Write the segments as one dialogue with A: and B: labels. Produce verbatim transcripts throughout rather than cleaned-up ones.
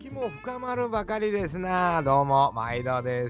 A: 秋も深まるばかりですな。どうも毎度です。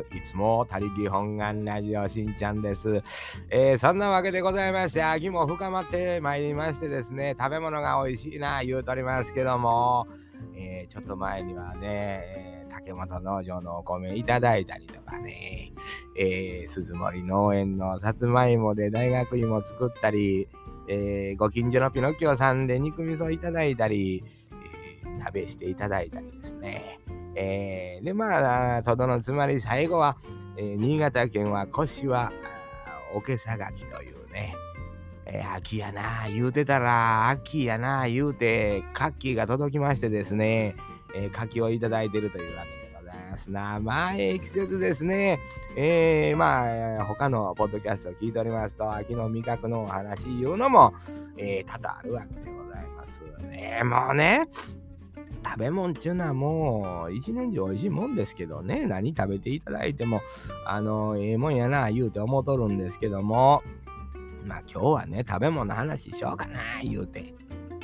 A: いつも他力本願ラジオしんちゃんです。えー、そんなわけでございまして、秋も深まってまいりましてですね、食べ物が美味しいな言うとりますけども、えー、ちょっと前にはね、えー、竹本農場のお米いただいたりとかね、えー、鈴森農園のさつまいもで大学芋作ったり、えー、ご近所のピノッキオさんで肉味噌いただいたり、えー、鍋していただいたりですね、えー、でまあとどのつまり最後は、えー、新潟県は越は桶さがきというね、えー、秋やな言うてたら秋やな言うてカッキーが届きましてですね、えー、柿をいただいているというわけでございますな。まあええ季節ですね。えー、まあ他のポッドキャストを聞いておりますと、秋の味覚のお話いうのも、えー、多々あるわけでございますね。もうね、食べ物っちゅうのはもう一年中美味しいもんですけどね、何食べていただいてもあのええもんやな言うて思うとるんですけども、まあ今日はね食べ物の話しようかな言うて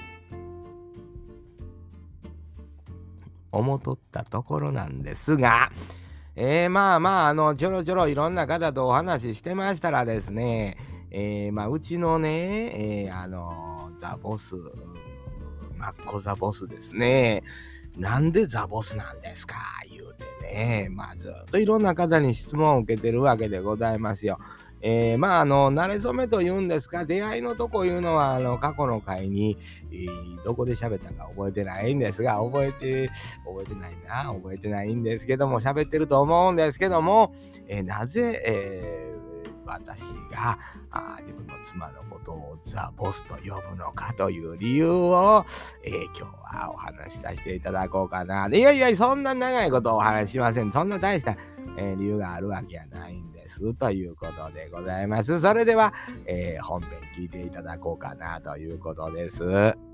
A: 思っとったところなんですが、えー、まあまああのちょろちょろいろんな方とお話ししてましたらですね、えー、まあうちのね、えー、あのザボスマッコザボスですね、なんでザボスなんですか言うてね、まあずっといろんな方に質問を受けてるわけでございますよ。えー、まああの慣れ初めというんですか、出会いのとこいうのはあの過去の回に、えー、どこで喋ったか覚えてないんですが、覚えて覚えてないな覚えてないんですけども、喋ってると思うんですけども、えー、なぜ、えー私があ自分の妻のことをザ・ボスと呼ぶのかという理由を、えー、今日はお話しさせていただこうかな。いやいや、そんな長いことをお話ししません。そんな大した、えー、理由があるわけやないんですということでございます。それでは、えー、本編聞いていただこうかなということです。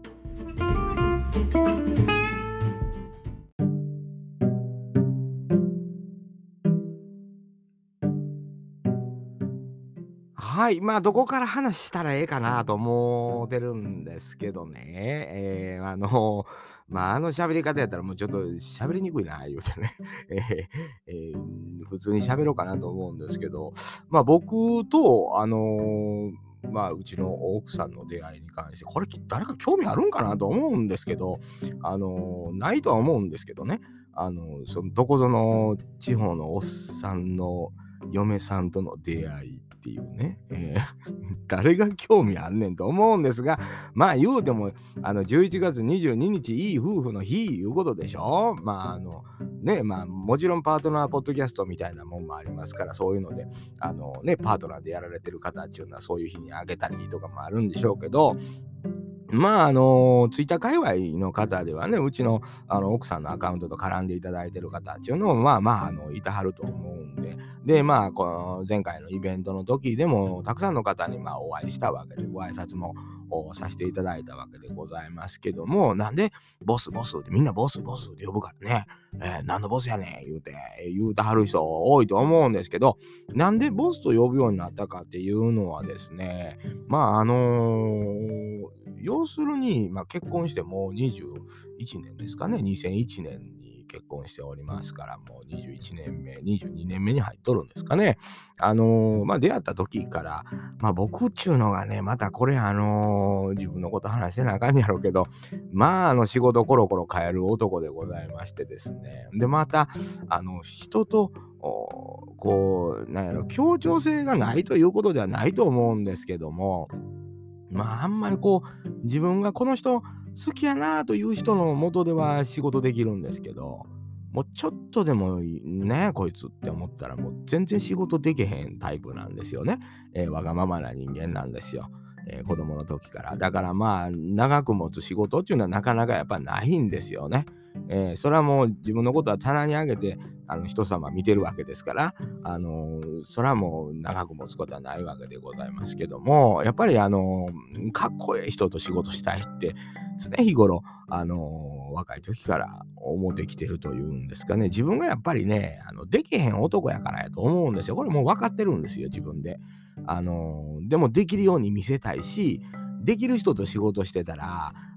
A: はい。まあ、どこから話したらええかなと思ってるんですけどね。えー、あの、まあ、あの喋り方やったらもうちょっと喋りにくいな、言うてね。えーえー普通に喋ろうかなと思うんですけど、まあ、僕と、あのーまあ、うちの奥さんの出会いに関して、これ誰か興味あるんかなと思うんですけど、あのーないとは思うんですけどね。あのそのどこぞの地方のおっさんの嫁さんとの出会いっていうね、えー誰が興味あんねんと思うんですが、まあ言うてもあのじゅういちがつにじゅうににちいい夫婦の日いうことでしょ。まああのね、まあもちろんパートナーポッドキャストみたいなもんもありますから、そういうのであのねパートナーでやられてる方っていうのはそういう日にあげたりとかもあるんでしょうけど、まああのツイッター界隈の方ではね、うちのあの奥さんのアカウントと絡んでいただいてる方っていうのもまあまああのいたはると思うんで、でまあこの前回のイベントの時でもたくさんの方にまあお会いしたわけで、ご挨拶もさせていただいたわけでございますけども、なんでボスボスってみんなボスボスって呼ぶからね、えー、何のボスやねん言うて言うてはる人多いと思うんですけど、なんでボスと呼ぶようになったかっていうのはですね、まああのー要するに、まあ、結婚してもうにじゅういちねんですかね、にせんいちねんに結婚しておりますから、もうにじゅういちねんめ、にじゅうにねんめに入っとるんですかね。あのーまあ、出会った時から、まあ、僕っちゅうのがね、またこれ、あのー自分のこと話してなあかんやろうけど、まあ、あの仕事コロコロ変える男でございましてですね。で、また、あの、人と、こう、なんやろ、協調性がないということではないと思うんですけども、まああんまりこう自分がこの人好きやなという人の元では仕事できるんですけど、もうちょっとでもいいねこいつって思ったらもう全然仕事できへんタイプなんですよね。えーわがままな人間なんですよ。えー子供の時から。だからまあ長く持つ仕事っていうのはなかなかやっぱないんですよね。えーそれはもう自分のことは棚に上げてあの人様見てるわけですから、あのーそれはもう長く持つことはないわけでございますけども、やっぱりあのーかっこいい人と仕事したいって常日頃あのー若い時から思ってきてるというんですかね、自分がやっぱりねあのできへん男やからやと思うんですよ。これもう分かってるんですよ自分で。あのーでもできるように見せたいし、できる人と仕事してたら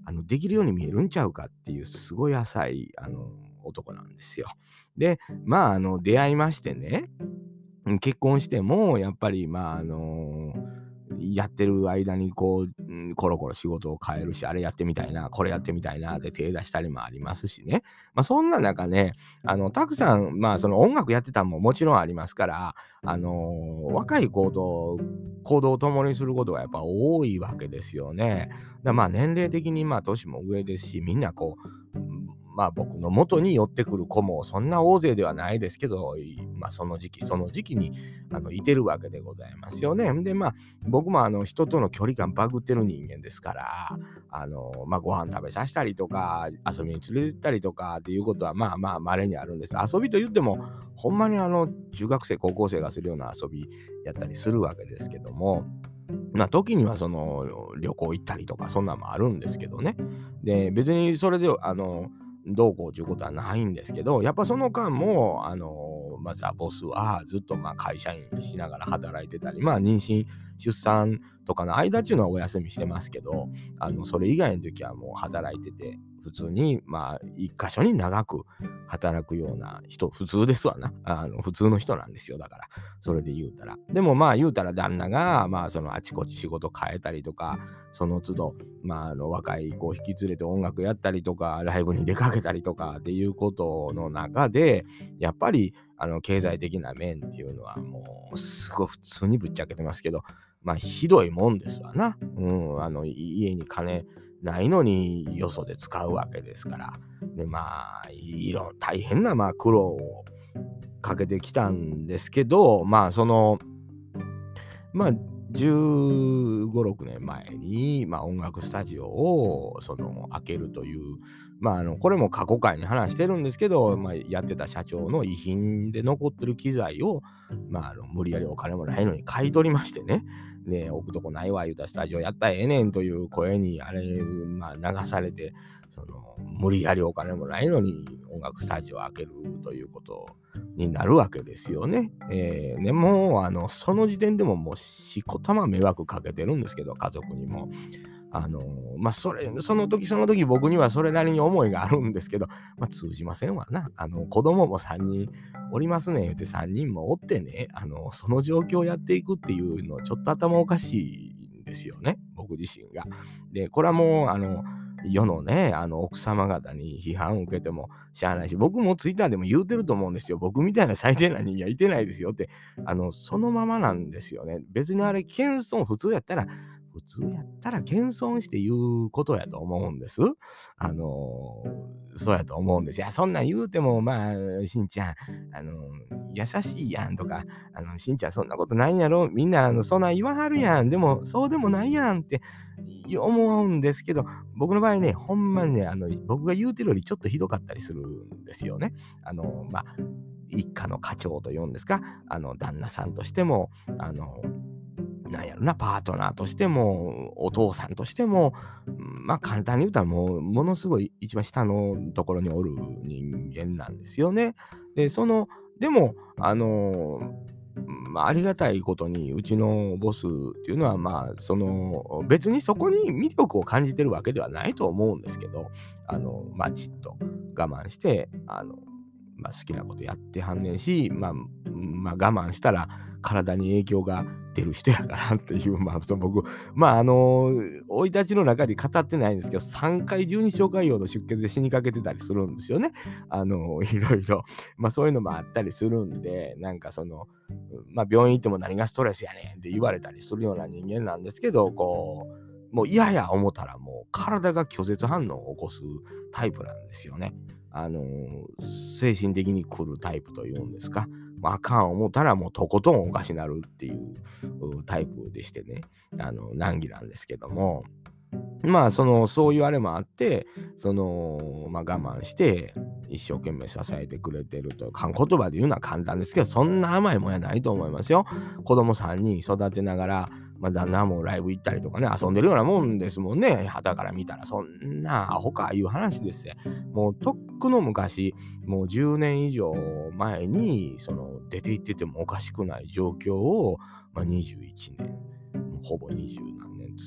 A: あの、できるように見えるんちゃうかっていうすごい浅い、あの、男なんですよ。で、まあ、あの、出会いましてね、うん、結婚してもやっぱり、まあ、あの、やってる間にこう、うん、コロコロ仕事を変えるし、あれやってみたいな、これやってみたいなで手出したりもありますしね。ま、そんな中ね、あの、たくさん、まあ、その音楽やってたんももちろんありますから、あの、若い子と行動を共にすることがやっぱ多いわけですよね。だ、まあ、年齢的に、まあ、年も上ですし、みんなこう、うん、まあ、僕の元に寄ってくる子もそんな大勢ではないですけど、いまあ、その時期その時期に、あの、いてるわけでございますよね。んで、まあ、僕も、あの、人との距離感バグってる人間ですから、あの、まあ、ご飯食べさせたりとか、遊びに連れて行ったりとかっていうことは、まあまあ、稀にあるんです。遊びと言っても、ほんまに、あの、中学生、高校生がするような遊びやったりするわけですけども、まあ、時にはその、旅行行ったりとか、そんなんもあるんですけどね。で、別にそれで、あの、どうこうちゅうことはないんですけど、やっぱその間も、あの、まあ、ザ・ボスはずっと、ま、会社員しながら働いてたり、まあ、妊娠、出産とかの間っちゅうのはお休みしてますけど、あの、それ以外の時はもう働いてて、普通に、まあ、一箇所に長く働くような人、普通ですわな。あの、普通の人なんですよ、だから。それで言うたら。でもまあ言うたら旦那が、まあそのあちこち仕事変えたりとか、その都度、まああの若い子を引き連れて音楽やったりとか、ライブに出かけたりとかっていうことの中で、やっぱりあの経済的な面っていうのはもうすごい普通にぶっちゃけてますけど、まあひどいもんですわな。うん、あの家に金ないのによそで使うわけですから。でまあいろ大変なまあ苦労をかけてきたんですけど、まあその、まあじゅうご、ろくねんまえに、まあ、音楽スタジオをその開けるという、まああのこれも過去回に話してるんですけど、まあ、やってた社長の遺品で残ってる機材を、まあ、あの無理やりお金もないのに買い取りましてね、で置くとこないわ言うたらスタジオやったらええねんという声にあれ、まあ、流されて、その無理やりお金もないのに音楽スタジオを開けるということになるわけですよね。えー、でもあのその時点でももうしこたま迷惑かけてるんですけど、家族にも。あのまあそれその時その時僕にはそれなりに思いがあるんですけど、まあ、通じませんわな。あの子供もさんにんおりますねん言ってさんにんもおってね、あのその状況をやっていくっていうのちょっと頭おかしいんですよね、僕自身が。でこれはもうあの世のね、あの奥様方に批判を受けてもしゃあないし、僕もツイッターでも言うてると思うんですよ。僕みたいな最低な人間はいてないですよって、あの、そのままなんですよね。別にあれ、謙遜、普通やったら、普通やったら謙遜して言うことやと思うんです。あのそうやと思うんです。いや、そんなん言うても、まあ、しんちゃん、あの優しいやんとか、あの、しんちゃんそんなことないんやろ、みんな、あの、そんなん言わはるやん、でも、そうでもないやんって思うんですけど、僕の場合ね、ほんまにね、あの、僕が言うてるよりちょっとひどかったりするんですよね。あの、まあ、一家の課長というんですか、あの、旦那さんとしても、あの、なんやろな、パートナーとしても、お父さんとしても、まあ簡単に言うたらもう、ものすごい一番下のところにおる人間なんですよね。で、その、でも、あの、まあ、ありがたいことに、うちのボスっていうのは、まあ、その、別にそこに魅力を感じてるわけではないと思うんですけど、あの、まあ、じっと我慢して、あの、まあ、好きなことやってはんねんし、まあ、まあ、我慢したら体に影響が出る人やからっていう、まあ、その僕、まあ、あの、生い立ちの中で語ってないんですけど、さんかい十二指腸潰瘍の出血で死にかけてたりするんですよね。あの、いろいろ。まあ、そういうのもあったりするんで、なんかその、まあ、病院行っても何がストレスやねんって言われたりするような人間なんですけど、こう、もう嫌や思ったらもう体が拒絶反応を起こすタイプなんですよね。あの精神的に来るタイプというんですか。まあ、あかん思ったらもうとことんおかしなるっていうタイプでしてね、あの難儀なんですけども、まあそのそういうあれもあって、そのまあ我慢して一生懸命支えてくれてると、かん言葉で言うのは簡単ですけど、そんな甘いもんやないと思いますよ。子供さんにん育てながら、まあ、旦那もライブ行ったりとかね、遊んでるようなもんですもんね。傍から見たら、そんなアホかいう話ですよ。もうとっくの昔、もうじゅうねん以上前に、その出て行っててもおかしくない状況を、まあ、にじゅういちねん、もうほぼにじゅう何年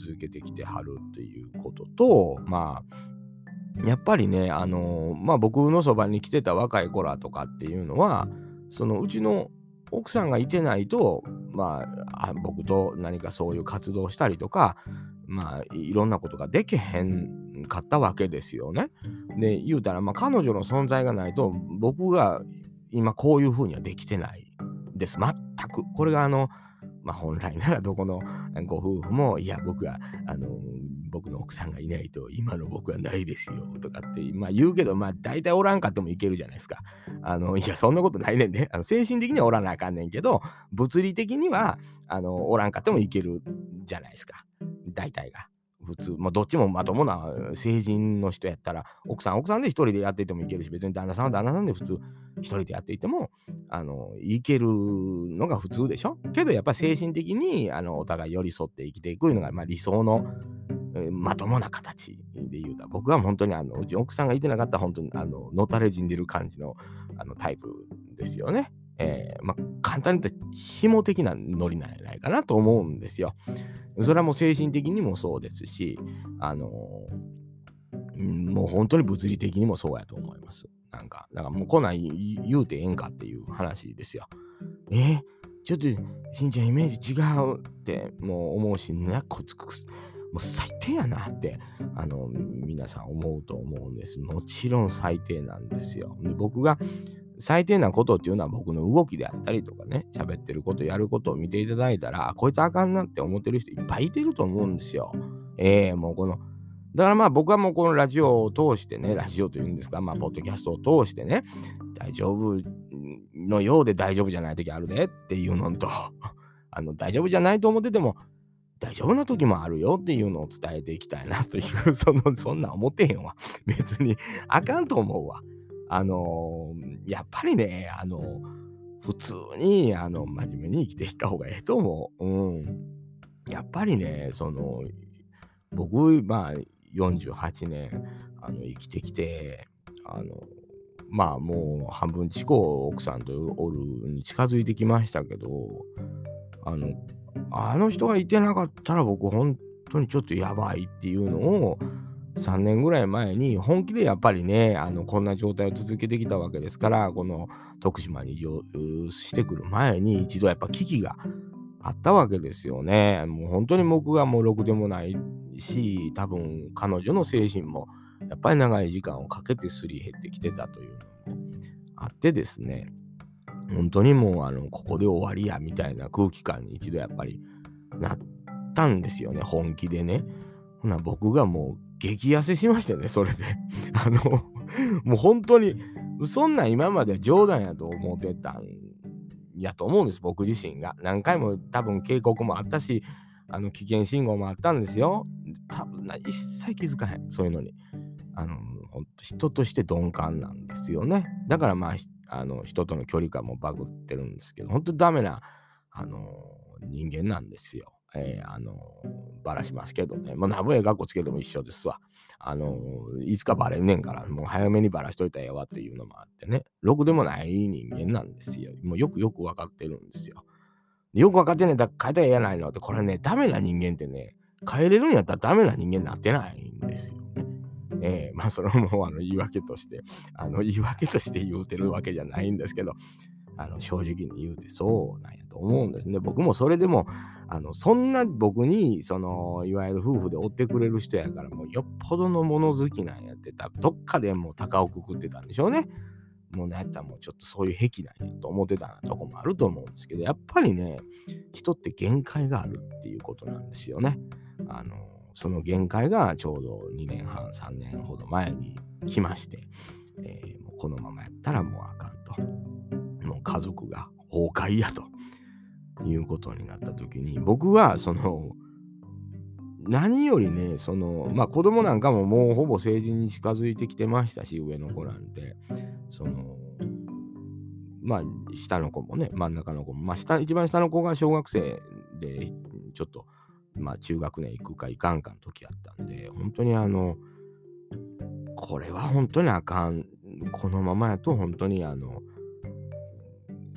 A: 続けてきてはるっていうことと、まあやっぱりね、あのまあ僕のそばに来てた若い子らとかっていうのは、そのうちの奥さんがいてないと、まあ、あ僕と何かそういう活動したりとか、まあいろんなことができへんかったわけですよね。で、言うたら、まあ彼女の存在がないと、僕が今こういう風にはできてないです。全く。これがあの、まあ本来ならどこのご夫婦も、いや、僕は、あの、僕の奥さんがいないと今の僕はないですよとかって、まあ言うけど、まあ大体おらんかってもいけるじゃないですか。あの、いや、そんなことないねんで、あの精神的にはおらなあかんねんけど、物理的には、あの、おらんかってもいけるじゃないですか。大体が。普通、まあ、どっちもまともな成人の人やったら、奥さん奥さんで一人でやっていてもいけるし、別に旦那さんは旦那さんで普通一人でやっていても、あの、いけるのが普通でしょ。けどやっぱり精神的に、あの、お互い寄り添って生きていくのが、まあ、理想の、えーまともな形で言うたら、僕は本当にあの、うち奥さんがいてなかったら本当にあの、のたれ死んでる感じの、あの、タイプですよね。えーまあ、簡単に言うと、紐的なノリなんじゃないかなと思うんですよ。それはもう精神的にもそうですし、あのーんもう本当に物理的にもそうやと思います。なんか、だからもうこんなん言言うてええんかっていう話ですよ。えーちょっと、しんちゃんイメージ違うってもう思うし、なこいつ、くすもう最低やなって、あの、皆さん思うと思うんです。もちろん最低なんですよ。で、僕が最低なことっていうのは僕の動きであったりとかね、喋ってること、やることを見ていただいたら、あこいつあかんなって思ってる人いっぱいいてると思うんですよ。ええもうこの、だからまあ僕はもうこのラジオを通してね、ラジオというんですか、まあ、ポッドキャストを通してね、大丈夫のようで大丈夫じゃない時あるでっていうのと、あの、大丈夫じゃないと思ってても、大丈夫な時もあるよっていうのを伝えていきたいなという、その、そんなん思ってへんわ。別にあかんと思うわ。あのーやっぱりね、あの普通に、あの、真面目に生きていった方がええと思う。うん。やっぱりね、その、僕、まあ、よんじゅうはちねん、あの、生きてきて、あの、まあ、もう半分近く奥さんとおるに近づいてきましたけど、あの、あの人がいてなかったら僕本当にちょっとやばいっていうのをさんねんぐらい前に本気でやっぱりね、あの、こんな状態を続けてきたわけですから、この徳島に移住してくる前に一度やっぱ危機があったわけですよね。もう本当に僕がもうろくでもないし、多分彼女の精神もやっぱり長い時間をかけてすり減ってきてたというのもあってですね、本当にもうあのここで終わりやみたいな空気感に一度やっぱりなったんですよね、本気でね。ほな僕がもう激痩せしましてね、それで。あの、もう本当に、そんなん今までは冗談やと思ってたんやと思うんです、僕自身が。何回も多分警告もあったし、あの危険信号もあったんですよ。多分な一切気づかへん、そういうのに。あの、ほんと人として鈍感なんですよね。だからまあ、ひあの、人との距離感もバグってるんですけど、ほんとダメな、あの、人間なんですよ。ええ、あの、バラしますけどね。ま、なんぼええ格好つけても一緒ですわ。あの、いつかバレんねんから、もう早めにバラしといたらええわっていうのもあってね。ろくでもない人間なんですよ。もうよくよく分かってるんですよ。よく分かってんねんだら変えたらええやないのって、これね、ダメな人間ってね、変えれるんやったらダメな人間になってないんですよね。ええ、まあ、それはもうあの言い訳として、あの言い訳として言うてるわけじゃないんですけど、あの正直に言うてそうなんやと思うんですね。僕もそれでも、あのそんな僕にそのいわゆる夫婦で追ってくれる人やから、もうよっぽどの物好きなんやって、たどっかでもう高をくくってたんでしょうね。もうなんやったらもうちょっとそういう癖なんやと思ってたとこもあると思うんですけど、やっぱりね、人って限界があるっていうことなんですよね。あのその限界がちょうどにねんはんさんねんほど前に来まして、えーもうこのままやったらもうあかんと。もう家族が崩壊やということになった時に、僕はその何よりね、そのまあ子供なんかももうほぼ成人に近づいてきてましたし、上の子なんて、そのまあ下の子もね、真ん中の子も、まあ下、一番下の子が小学生で、ちょっとまあ中学年行くか行かんかの時やったんで、本当にあの、これは本当にあかん。このままやと本当にあの、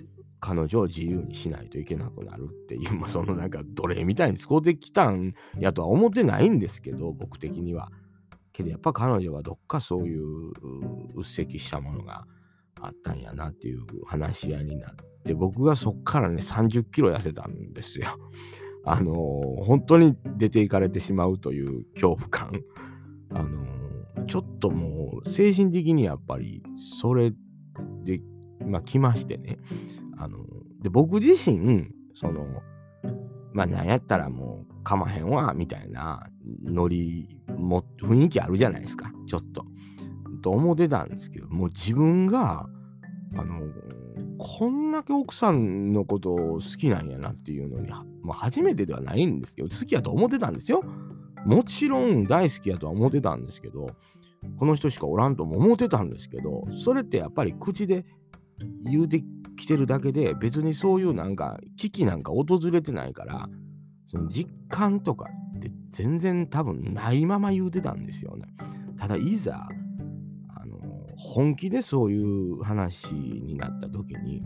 A: 彼女を自由にしないといけなくなるっていう、まあ、そのなんか奴隷みたいに使うてきたんやとは思ってないんですけど、僕的には。けどやっぱ彼女はどっかそういううっせきしたものがあったんやなっていう話し合いになって、僕がそっからねさんじゅっキロ痩せたんですよ。あのー、本当に出ていかれてしまうという恐怖感。あのー、ちょっともう精神的にやっぱりそれで、まあ来ましてね。あのー、で、僕自身、その、まあなんやったらもうかまへんわ、みたいなノリも、雰囲気あるじゃないですか、ちょっと。と思ってたんですけど、もう自分が、あの、こんだけ奥さんのことを好きなんやなっていうのに、はまあ、初めてではないんですけど、好きやと思ってたんですよ。もちろん大好きやとは思ってたんですけど、この人しかおらんとも思ってたんですけど、それってやっぱり口で言うてきてるだけで、別にそういうなんか危機なんか訪れてないから、その実感とかって全然多分ないまま言うてたんですよね。ただいざ、あの、本気でそういう話になった時に、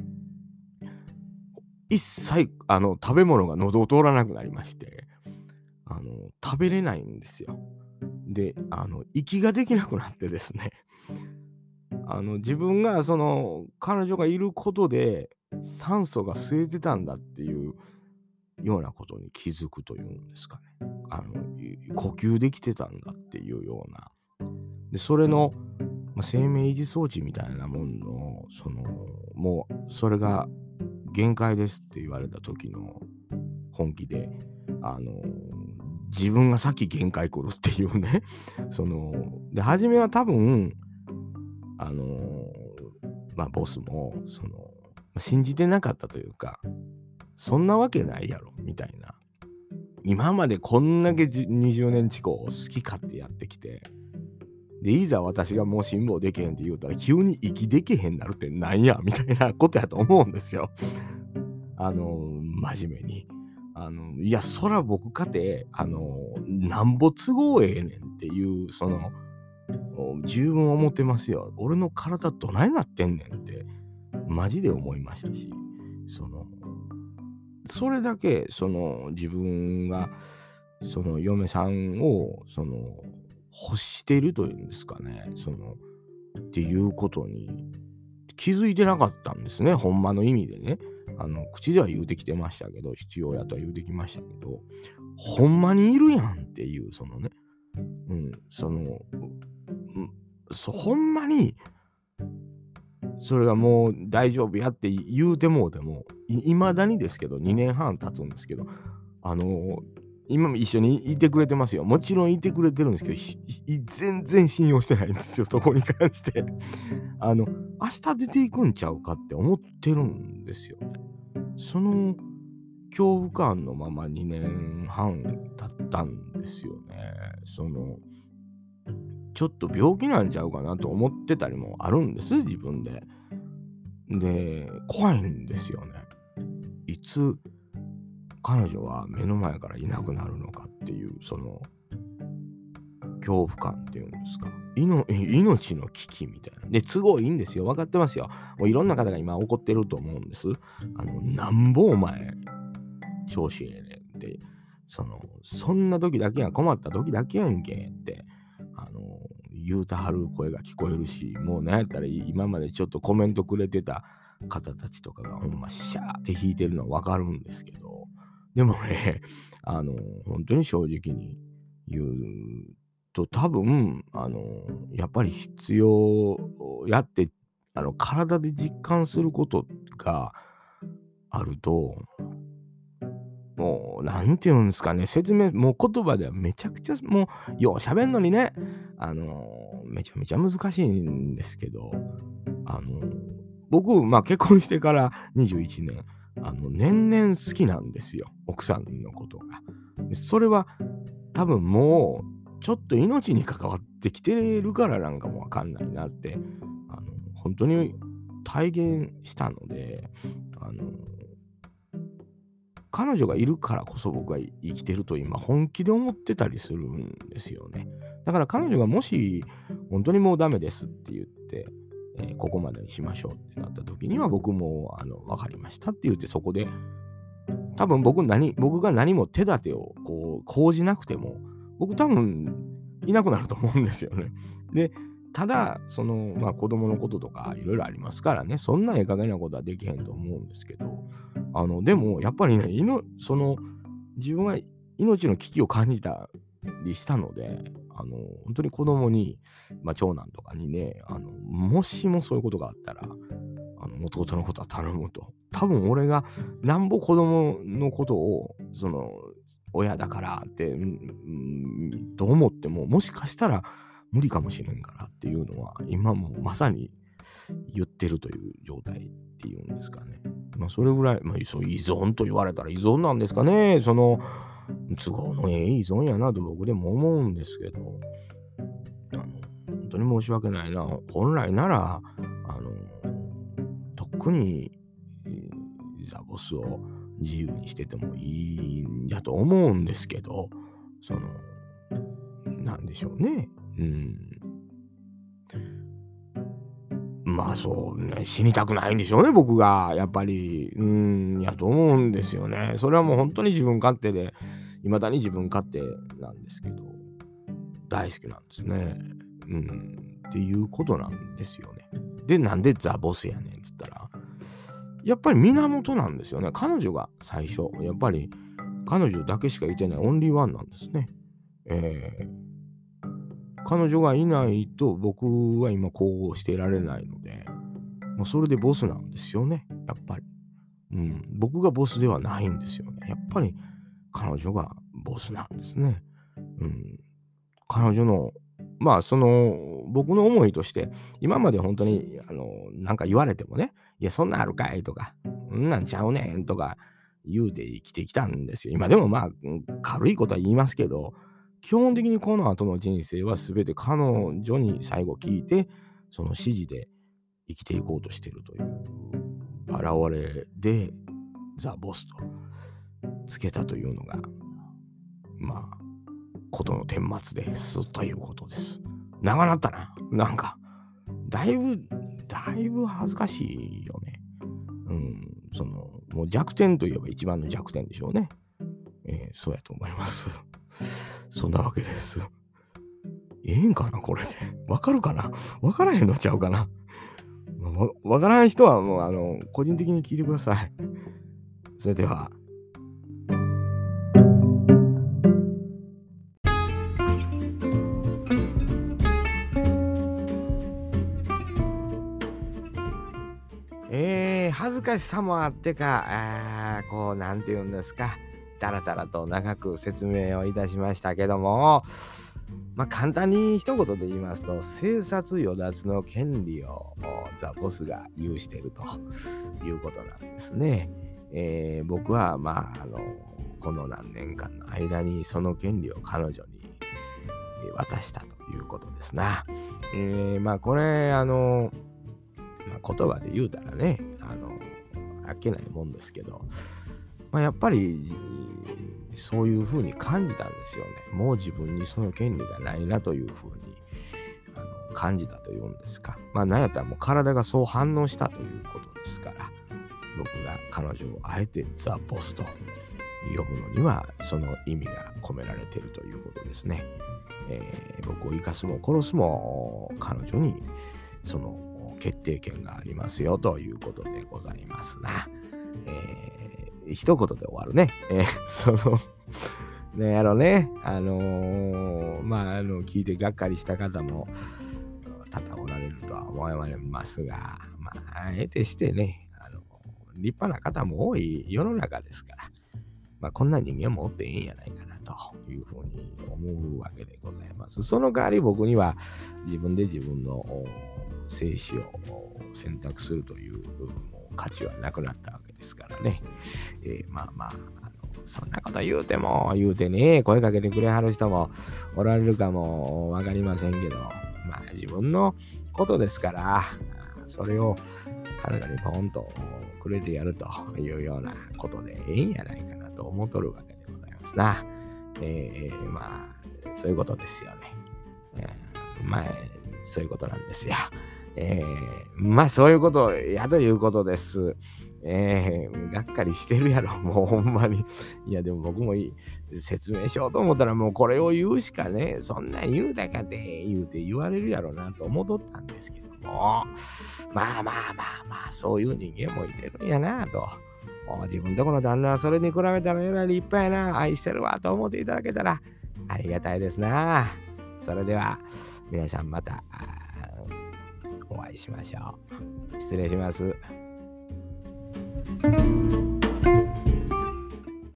A: 一切あの食べ物が喉を通らなくなりまして、あの食べれないんですよ。で、あの息ができなくなってですね、あの自分がその彼女がいることで酸素が吸えてたんだっていうようなことに気づくというんですかね。あの呼吸できてたんだっていうような。で、それの、まあ、生命維持装置みたいなもんの、その、もうそれが限界ですって言われた時の本気で、あの、自分が先限界来るっていうね。その、で、初めは多分、あの、まあ、ボスも、その、信じてなかったというか、そんなわけないやろ、みたいな。今までこんだけにじゅうねん近く好き勝手やってきて、で、いざ私がもう辛抱できへんって言うたら、急に息できへんなるってなんやみたいなことやと思うんですよ。あの、真面目に。あの、いや、そら僕かて、あの、なんぼ都合ええねんっていう、その、十分思ってますよ。俺の体どないなってんねんって、マジで思いましたし、その、それだけ、その、自分が、その、嫁さんを、その、欲しているというんですかね、その、っていうことに気づいてなかったんですね、ほんまの意味でね。あの、口では言うてきてましたけど、必要やとは言うてきましたけど、ほんまにいるやんっていう、そのね、うん、その、うん、そほんまに、それがもう大丈夫やって言うてもうても、い未だにですけど、にねんはん経つんですけど、あの、今も一緒にいてくれてますよ。もちろんいてくれてるんですけど、ひひ全然信用してないんですよ、そこに関して。あの、明日出ていくんちゃうかって思ってるんですよね。その恐怖感のままにねんはん経ったんですよね。その、ちょっと病気なんちゃうかなと思ってたりもあるんです、自分で。で、怖いんですよね。いつ彼女は目の前からいなくなるのかっていう、その恐怖感っていうんですか。いの命の危機みたいな。で、都合いいんですよ。分かってますよ。もういろんな方が今怒ってると思うんです。あの、なんぼお前、調子ええねんって、その、そんな時だけや、困った時だけやんけって、あの、言うたはる声が聞こえるし、もうなんやったら今までちょっとコメントくれてた方たちとかがほんまシャーって弾いてるのは分かるんですけど、でもね、あの、本当に正直に言うと、多分、あの、やっぱり必要やって、あの、体で実感することがあると、もう、なんて言うんですかね、説明、もう言葉ではめちゃくちゃ、もう、よう喋んのにね、あの、めちゃめちゃ難しいんですけど、あの、僕、まあ、結婚してからにじゅういちねん、あの、年々好きなんですよ、奥さんのことが。でそれは多分もう、ちょっと命に関わってきてるからなんかもわかんないなって、あの、本当に体現したので、あの、彼女がいるからこそ僕は生きてると今本気で思ってたりするんですよね。だから彼女がもし本当にもうダメですって言って、 えー、ここまでにしましょうってなった時には、僕もあの分かりましたって言って、そこで多分僕何僕が何も手立てをこう講じなくても、僕多分いなくなると思うんですよね。で、ただそのまあ子供のこととかいろいろありますからね、そんなええ加減なことはできへんと思うんですけど、あのでもやっぱりね、いのその自分は命の危機を感じたりしたので、あの本当に子供に、まあ、長男とかにね、あのもしもそういうことがあったら、あの弟のことは頼むと。多分俺がなんぼ子供のことをその親だからって、うん、と思っても、もしかしたら無理かもしれんからっていうのは、今もまさに言ってるという状態っていうんですかね。まあそれぐらい、まあ、そう依存と言われたら依存なんですかね。その都合のええ依存やなと僕でも思うんですけど、あの本当に申し訳ないな。本来ならあの特に、えーザボスを自由にしててもいいんやと思うんですけど、そのなんでしょうね。うん。まあそうね、死にたくないんでしょうね、僕が。やっぱり、うーん、やと思うんですよね。それはもう本当に自分勝手で、未だに自分勝手なんですけど、大好きなんですね。うん、っていうことなんですよね。で、なんでザ・ボスやねんっつったら、やっぱり源なんですよね。彼女が最初、やっぱり彼女だけしかいてないオンリーワンなんですね。えー彼女がいないと僕は今こうしていられないので、もうそれでボスなんですよね、やっぱり。うん、僕がボスではないんですよね。やっぱり彼女がボスなんですね。うん、彼女の、まあその僕の思いとして、今まで本当にあのなんか言われてもね、いやそんなんあるかいとか、んなんちゃうねんとか言うて生きてきたんですよ。今でもまあ、うん、軽いことは言いますけど、基本的にこの後の人生は全て彼女に最後聞いて、その指示で生きていこうとしているという現れで、ザ・ボスとつけたというのが、まあ、ことの顛末ですということです。長なったな。なんか、だいぶ、だいぶ恥ずかしいよね。うん、その、もう弱点といえば一番の弱点でしょうね。えー、そうやと思います。そんなわけです。ええんかなこれで。わかるかなわからへんのちゃうかな。わわからん人はもうあの、個人的に聞いてください。それでは。えー、恥ずかしさもあってか、あーこう、なんて言うんですか。だらだらと長く説明をいたしましたけども、まあ簡単に一言で言いますと、生殺与奪の権利をザ・ボスが有しているということなんですね。えー、僕はまあ、あの、この何年間の間にその権利を彼女に渡したということですな。えー、まあこれ、あの、まあ、言葉で言うたらね、あの、あっけないもんですけど、まあ、やっぱり、そういう風に感じたんですよね。もう自分にその権利がないなという風にあの感じたというんですか。まあ、なんやったらもう体がそう反応したということですから、僕が彼女をあえてザ・ボスと呼ぶのには、その意味が込められているということですね。えー、僕を生かすも殺すも彼女にその決定権がありますよということでございますな。えー、一言で終わるね。えー、そのねやろね、あのー、まあ、あの、聞いてがっかりした方も多々おられるとは思いますが、まあ、あえてしてね、あの、立派な方も多い世の中ですから、まあ、こんな人間もおっていいんやないかなというふうに思うわけでございます。その代わり僕には自分で自分の生死を選択するというもう価値はなくなったわけですからね。えー、まあまあ、あのそんなこと言うても言うてね、声かけてくれはる人もおられるかもわかりませんけど、まあ自分のことですから、それを彼女にポンとくれてやるというようなことでええんやないかなと思っとるわけでございますな。えー、まあ、そういうことですよね。えー、まあ、そういうことなんですよ。 えー、まあ、そういうことやということです。えー、がっかりしてるやろ、もうほんまに。いや、でも僕もい説明しようと思ったら、もうこれを言うしかね、そんなん言うだかて言うて言われるやろなと思っとったんですけども、まあまあまあまあ、そういう人間もいてるんやなと。お自分とこの旦那はそれに比べたらえらい立派やな、愛してるわと思っていただけたらありがたいですな。それでは、皆さんまた、お会いしましょう。失礼します。